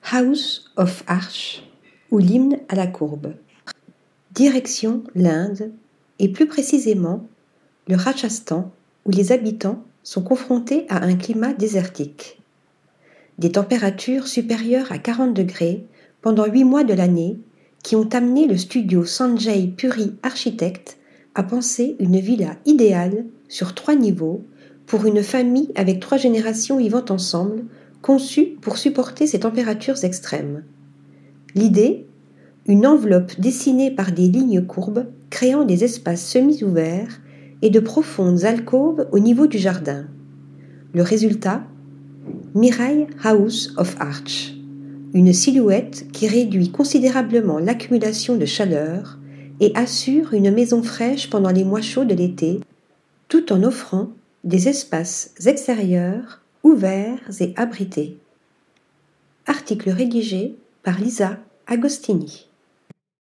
House of Arch ou l'hymne à la courbe. Direction l'Inde et plus précisément le Rajasthan où les habitants sont confrontés à un climat désertique. Des températures supérieures à 40 degrés pendant 8 mois de l'année qui ont amené le studio Sanjay Puri Architects à penser une villa idéale sur 3 niveaux pour une famille avec 3 générations vivant ensemble, conçue pour supporter ces températures extrêmes. L'idée ? Une enveloppe dessinée par des lignes courbes créant des espaces semi-ouverts et de profondes alcôves au niveau du jardin. Le résultat ? Mirai House of Arch, une silhouette qui réduit considérablement l'accumulation de chaleur et assure une maison fraîche pendant les mois chauds de l'été, tout en offrant des espaces extérieurs, ouverts et abrités. Article rédigé par Lisa Agostini.